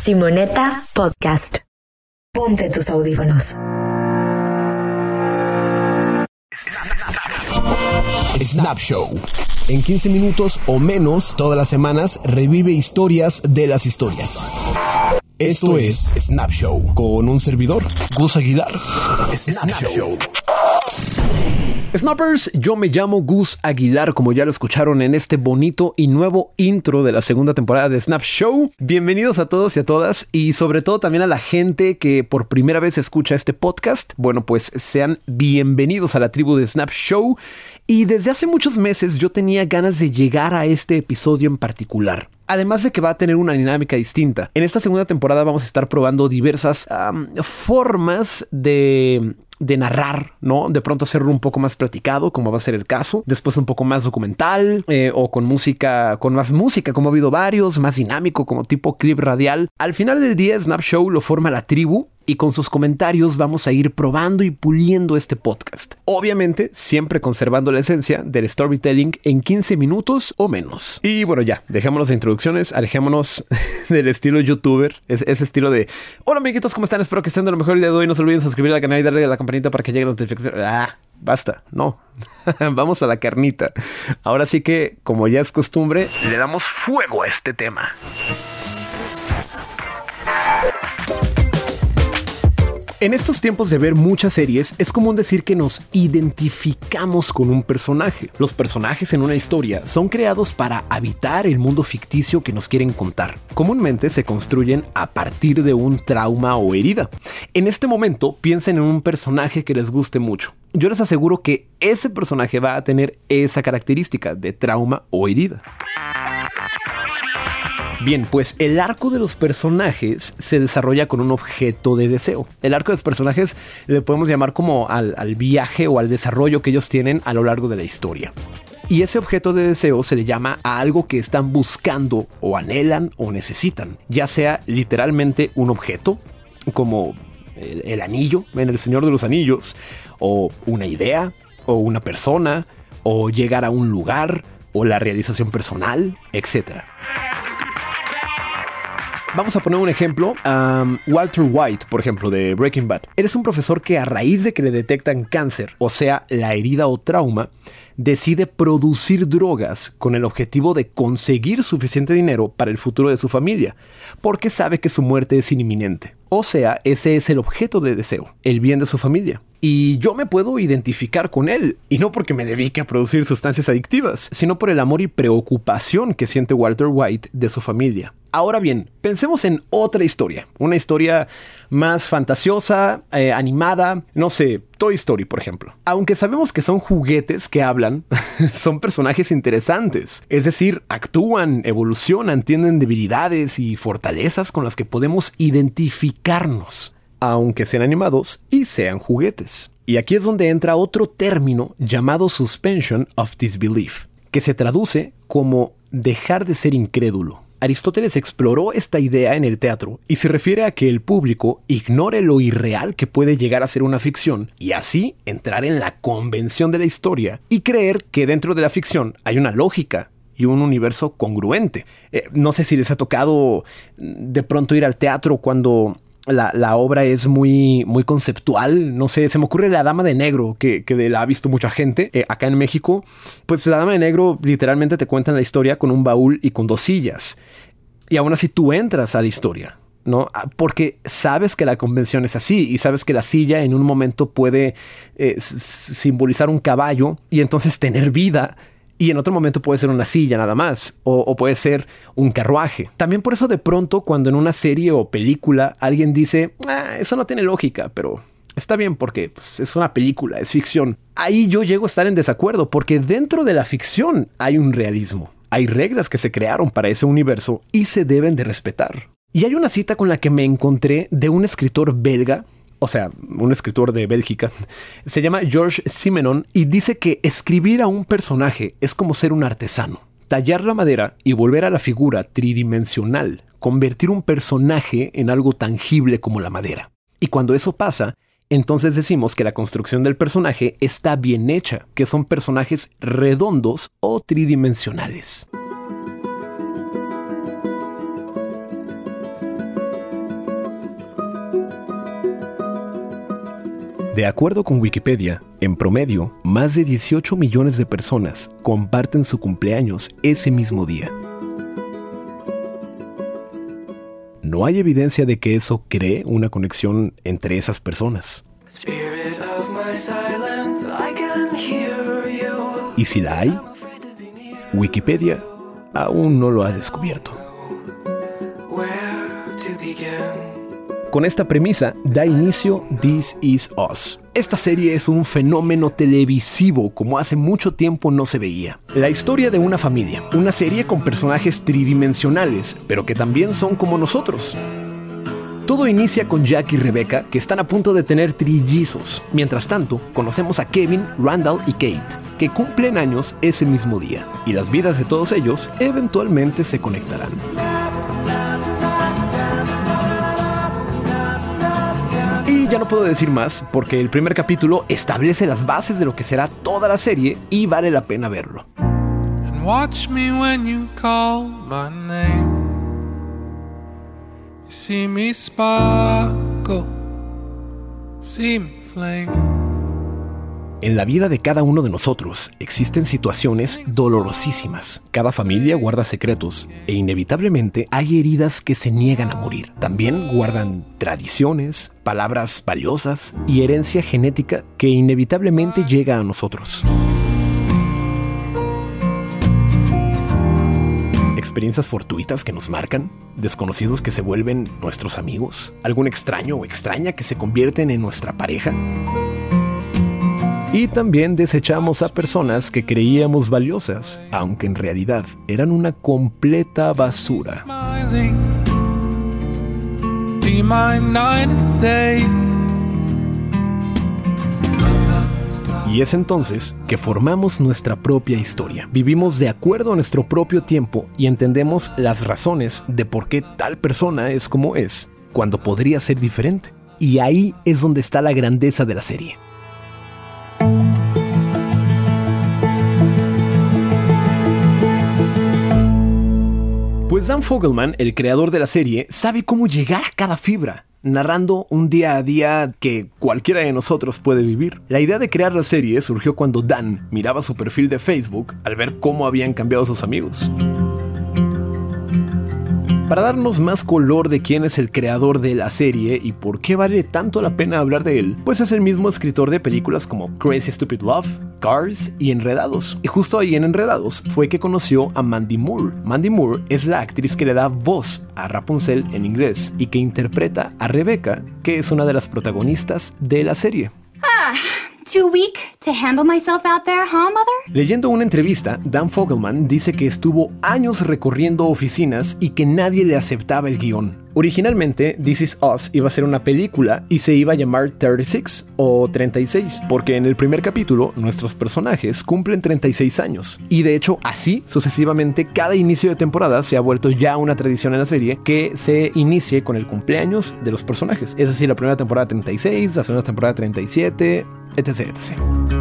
Simonetta Podcast. Ponte tus audífonos. Snap Show. En 15 minutos o menos, todas las semanas, revive historias de las historias. Esto es Snap Show, con un servidor, Gus Aguilar. Snap Show. Snappers, yo me llamo Gus Aguilar, como ya lo escucharon en este bonito y nuevo intro de la segunda temporada de Snap Show. Bienvenidos a todos y a todas, y sobre todo también a la gente que por primera vez escucha este podcast. Bueno, pues sean bienvenidos a la tribu de Snap Show. Y desde hace muchos meses yo tenía ganas de llegar a este episodio en particular. Además de que va a tener una dinámica distinta. En esta segunda temporada vamos a estar probando diversas formas de narrar, ¿no? De pronto hacerlo un poco más platicado, como va a ser el caso. Después un poco más documental, o con música, con más música, como ha habido varios, más dinámico, como tipo clip radial. Al final del día, Snap Show lo forma la tribu. Y con sus comentarios vamos a ir probando y puliendo este podcast. Obviamente, siempre conservando la esencia del storytelling en 15 minutos o menos. Y bueno, ya, dejémonos de introducciones, alejémonos del estilo youtuber. Ese estilo de: hola amiguitos, ¿cómo están? Espero que estén de lo mejor el día de hoy. No se olviden suscribir al canal y darle a la campanita para que lleguen las notificaciones. Basta, no. Vamos a la carnita. Ahora sí que, como ya es costumbre, le damos fuego a este tema. En estos tiempos de ver muchas series, es común decir que nos identificamos con un personaje. Los personajes en una historia son creados para habitar el mundo ficticio que nos quieren contar. Comúnmente se construyen a partir de un trauma o herida. En este momento, piensen en un personaje que les guste mucho. Yo les aseguro que ese personaje va a tener esa característica de trauma o herida. Bien, pues el arco de los personajes se desarrolla con un objeto de deseo. El arco de los personajes le podemos llamar como al viaje o al desarrollo que ellos tienen a lo largo de la historia. Y ese objeto de deseo se le llama a algo que están buscando o anhelan o necesitan. Ya sea literalmente un objeto, como el anillo en El Señor de los Anillos, o una idea, o una persona, o llegar a un lugar, o la realización personal, etc. Vamos a poner un ejemplo. Walter White, por ejemplo, de Breaking Bad. Él es un profesor que, a raíz de que le detectan cáncer, o sea, la herida o trauma, decide producir drogas con el objetivo de conseguir suficiente dinero para el futuro de su familia, porque sabe que su muerte es inminente. O sea, ese es el objeto de deseo, el bien de su familia. Y yo me puedo identificar con él, y no porque me dedique a producir sustancias adictivas, sino por el amor y preocupación que siente Walter White de su familia. Ahora bien, pensemos en otra historia, una historia más fantasiosa, animada, no sé, Toy Story, por ejemplo. Aunque sabemos que son juguetes que hablan, son personajes interesantes. Es decir, actúan, evolucionan, tienen debilidades y fortalezas con las que podemos identificarnos, aunque sean animados y sean juguetes. Y aquí es donde entra otro término llamado suspension of disbelief, que se traduce como dejar de ser incrédulo. Aristóteles exploró esta idea en el teatro y se refiere a que el público ignore lo irreal que puede llegar a ser una ficción y así entrar en la convención de la historia y creer que dentro de la ficción hay una lógica y un universo congruente. No sé si les ha tocado de pronto ir al teatro cuando la obra es muy, muy conceptual. No sé, se me ocurre La Dama de Negro, que la ha visto mucha gente acá en México. Pues La Dama de Negro literalmente te cuentan la historia con un baúl y con 2 sillas. Y aún así tú entras a la historia, ¿no? Porque sabes que la convención es así y sabes que la silla en un momento puede simbolizar un caballo y entonces tener vida. Y en otro momento puede ser una silla nada más, o puede ser un carruaje. También por eso de pronto cuando en una serie o película alguien dice: eso no tiene lógica, pero está bien porque pues, es una película, es ficción. Ahí yo llego a estar en desacuerdo porque dentro de la ficción hay un realismo. Hay reglas que se crearon para ese universo y se deben de respetar. Y hay una cita con la que me encontré de un escritor belga, o sea, un escritor de Bélgica, se llama Georges Simenon y dice que escribir a un personaje es como ser un artesano. Tallar la madera y volver a la figura tridimensional, convertir un personaje en algo tangible como la madera. Y cuando eso pasa, entonces decimos que la construcción del personaje está bien hecha, que son personajes redondos o tridimensionales. De acuerdo con Wikipedia, en promedio, más de 18 millones de personas comparten su cumpleaños ese mismo día. No hay evidencia de que eso cree una conexión entre esas personas. Y si la hay, Wikipedia aún no lo ha descubierto. Con esta premisa da inicio This Is Us. Esta serie es un fenómeno televisivo como hace mucho tiempo no se veía. La historia de una familia, una serie con personajes tridimensionales, pero que también son como nosotros. Todo inicia con Jack y Rebecca, que están a punto de tener trillizos. Mientras tanto, conocemos a Kevin, Randall y Kate, que cumplen años ese mismo día, y las vidas de todos ellos eventualmente se conectarán. Y ya no puedo decir más porque el primer capítulo establece las bases de lo que será toda la serie y vale la pena verlo. And watch me when you call my name. You see me sparkle, see me flame. En la vida de cada uno de nosotros existen situaciones dolorosísimas. Cada familia guarda secretos e inevitablemente hay heridas que se niegan a morir. También guardan tradiciones, palabras valiosas y herencia genética que inevitablemente llega a nosotros. Experiencias fortuitas que nos marcan, desconocidos que se vuelven nuestros amigos, algún extraño o extraña que se convierten en nuestra pareja. Y también desechamos a personas que creíamos valiosas, aunque en realidad eran una completa basura. Y es entonces que formamos nuestra propia historia. Vivimos de acuerdo a nuestro propio tiempo y entendemos las razones de por qué tal persona es como es, cuando podría ser diferente. Y ahí es donde está la grandeza de la serie. Pues Dan Fogelman, el creador de la serie, sabe cómo llegar a cada fibra, narrando un día a día que cualquiera de nosotros puede vivir. La idea de crear la serie surgió cuando Dan miraba su perfil de Facebook al ver cómo habían cambiado sus amigos. Para darnos más color de quién es el creador de la serie y por qué vale tanto la pena hablar de él, pues es el mismo escritor de películas como Crazy Stupid Love, Cars y Enredados. Y justo ahí en Enredados fue que conoció a Mandy Moore. Mandy Moore es la actriz que le da voz a Rapunzel en inglés y que interpreta a Rebecca, que es una de las protagonistas de la serie. Too weak to handle myself out there, huh, mother? Leyendo una entrevista, Dan Fogelman dice que estuvo años recorriendo oficinas y que nadie le aceptaba el guión. Originalmente, This Is Us iba a ser una película y se iba a llamar 36 o 36, porque en el primer capítulo nuestros personajes cumplen 36 años. Y de hecho, así sucesivamente, cada inicio de temporada se ha vuelto ya una tradición en la serie que se inicie con el cumpleaños de los personajes. Es decir, la primera temporada 36, la segunda temporada 37, etc, etc.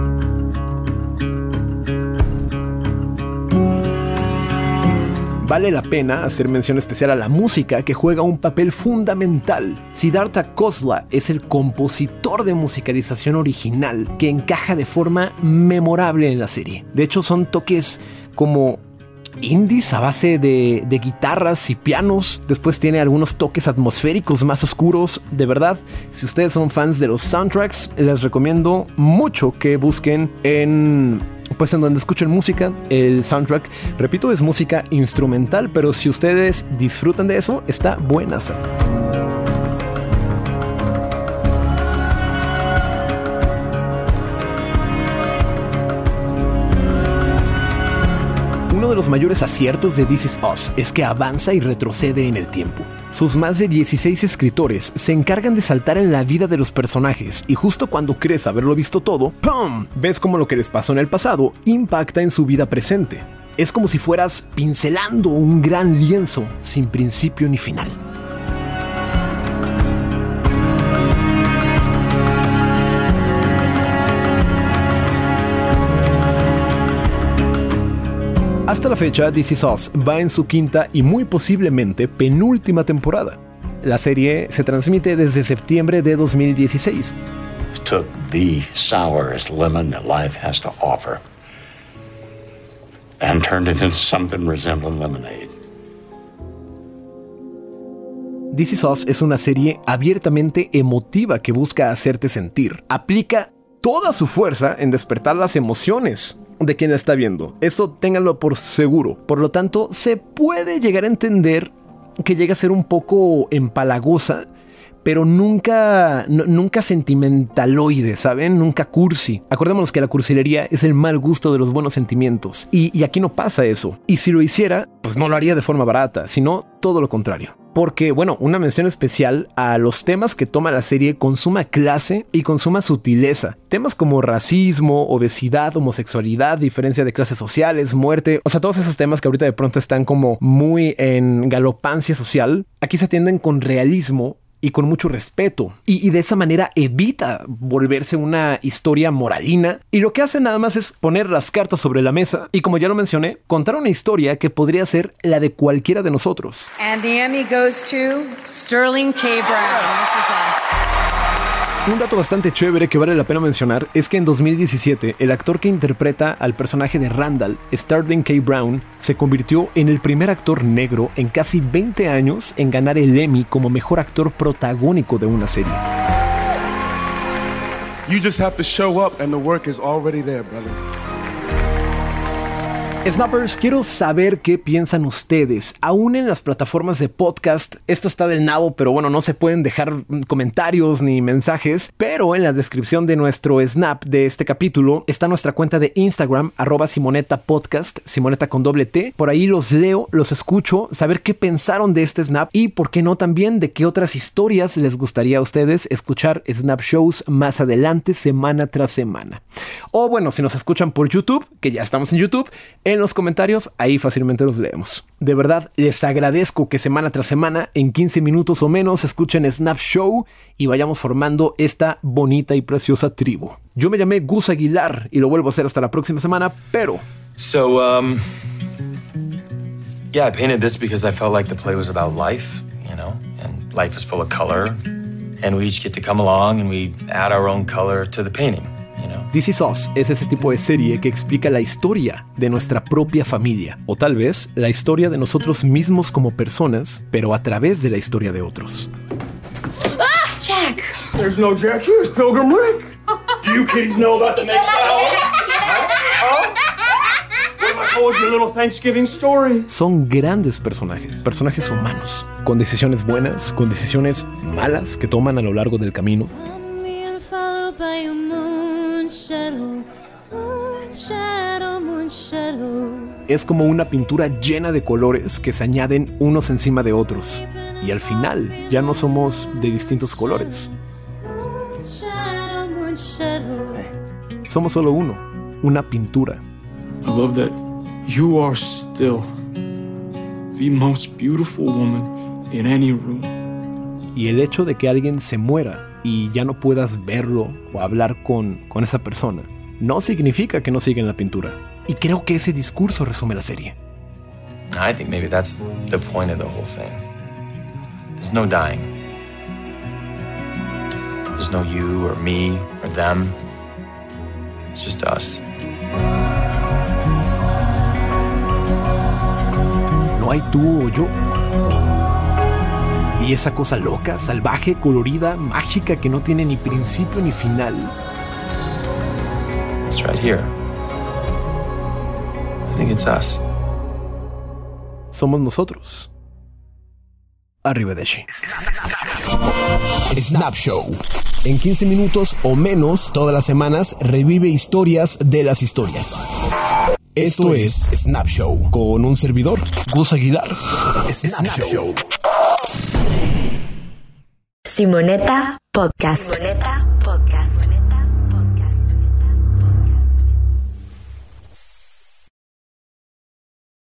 Vale la pena hacer mención especial a la música, que juega un papel fundamental. Siddhartha Khosla es el compositor de musicalización original que encaja de forma memorable en la serie. De hecho, son toques como indies a base de guitarras y pianos. Después tiene algunos toques atmosféricos más oscuros. De verdad, si ustedes son fans de los soundtracks, les recomiendo mucho que busquen en donde escuchen música, el soundtrack. Repito, es música instrumental, pero si ustedes disfrutan de eso, está buenaza. Uno de los mayores aciertos de This Is Us es que avanza y retrocede en el tiempo. Sus más de 16 escritores se encargan de saltar en la vida de los personajes y justo cuando crees haberlo visto todo, ¡pum!, ves cómo lo que les pasó en el pasado impacta en su vida presente. Es como si fueras pincelando un gran lienzo sin principio ni final. Hasta la fecha, This Is Us va en su quinta y muy posiblemente penúltima temporada. La serie se transmite desde septiembre de 2016. took the sourest lemon that life has to offer and turned it into something resembling lemonade. This Is Us es una serie abiertamente emotiva que busca hacerte sentir. Aplica toda su fuerza en despertar las emociones de quien la está viendo. Eso ténganlo por seguro. Por lo tanto, se puede llegar a entender que llega a ser un poco empalagosa, pero nunca sentimentaloide, ¿saben? Nunca cursi. Acordémonos que la cursilería es el mal gusto de los buenos sentimientos. Y aquí no pasa eso. Y si lo hiciera, pues no lo haría de forma barata, sino todo lo contrario. Porque, bueno, una mención especial a los temas que toma la serie con suma clase y con suma sutileza. Temas como racismo, obesidad, homosexualidad, diferencia de clases sociales, muerte. O sea, todos esos temas que ahorita de pronto están como muy en galopancia social. Aquí se atienden con realismo y con mucho respeto, y de esa manera evita volverse una historia moralina, y lo que hace nada más es poner las cartas sobre la mesa y, como ya lo mencioné, contar una historia que podría ser la de cualquiera de nosotros. And the Emmy goes to Sterling K. Brown. Un dato bastante chévere que vale la pena mencionar es que en 2017 el actor que interpreta al personaje de Randall, Sterling K. Brown, se convirtió en el primer actor negro en casi 20 años en ganar el Emmy como mejor actor protagónico de una serie. You just have to show up and the work is already there, brother. Snappers, quiero saber qué piensan ustedes. Aún en las plataformas de podcast, esto está del nabo, pero bueno, no se pueden dejar comentarios ni mensajes. Pero en la descripción de nuestro snap de este capítulo está nuestra cuenta de Instagram, @SimonetaPodcast, Simoneta con doble T. Por ahí los leo, los escucho, saber qué pensaron de este snap y, por qué no, también de qué otras historias les gustaría a ustedes escuchar snap shows más adelante, semana tras semana. O bueno, si nos escuchan por YouTube, que ya estamos en YouTube, en los comentarios, ahí fácilmente los leemos. De verdad, les agradezco que semana tras semana, en 15 minutos o menos, escuchen Snap Show y vayamos formando esta bonita y preciosa tribu. Yo me llamé Gus Aguilar y lo vuelvo a hacer hasta la próxima semana, pero... Yeah, I painted this because I felt like the play was about life, you know, and life is full of color, and we each get to come along and we add our own color to the painting. This Is Us es ese tipo de serie que explica la historia de nuestra propia familia, o tal vez la historia de nosotros mismos como personas, pero a través de la historia de otros. Ah, Jack! There's no Jack here, it's Pilgrim Rick. Do you kiddies know about the next hour? What am I told you, a little Thanksgiving story? Son grandes personajes humanos, con decisiones buenas, con decisiones malas que toman a lo largo del camino. Es como una pintura llena de colores que se añaden unos encima de otros. Y al final ya no somos de distintos colores. Somos solo uno, una pintura. I love that you are still the most beautiful woman in any room. Y el hecho de que alguien se muera y ya no puedas verlo o hablar con esa persona no significa que no siga en la pintura. Y creo que ese discurso resume la serie. I think maybe that's the point of the whole thing. There's no dying. There's no you or me or them. It's just us. No hay tú o yo. Y esa cosa loca, salvaje, colorida, mágica que no tiene ni principio ni final. It's right here. I think it's us. Somos nosotros. Arrivederci. Snap Show. En 15 minutos o menos, todas las semanas, revive historias de las historias. Esto es Snap Show. Con un servidor, Gus Aguilar. Snap Show. Simoneta Podcast. Simoneta Podcast.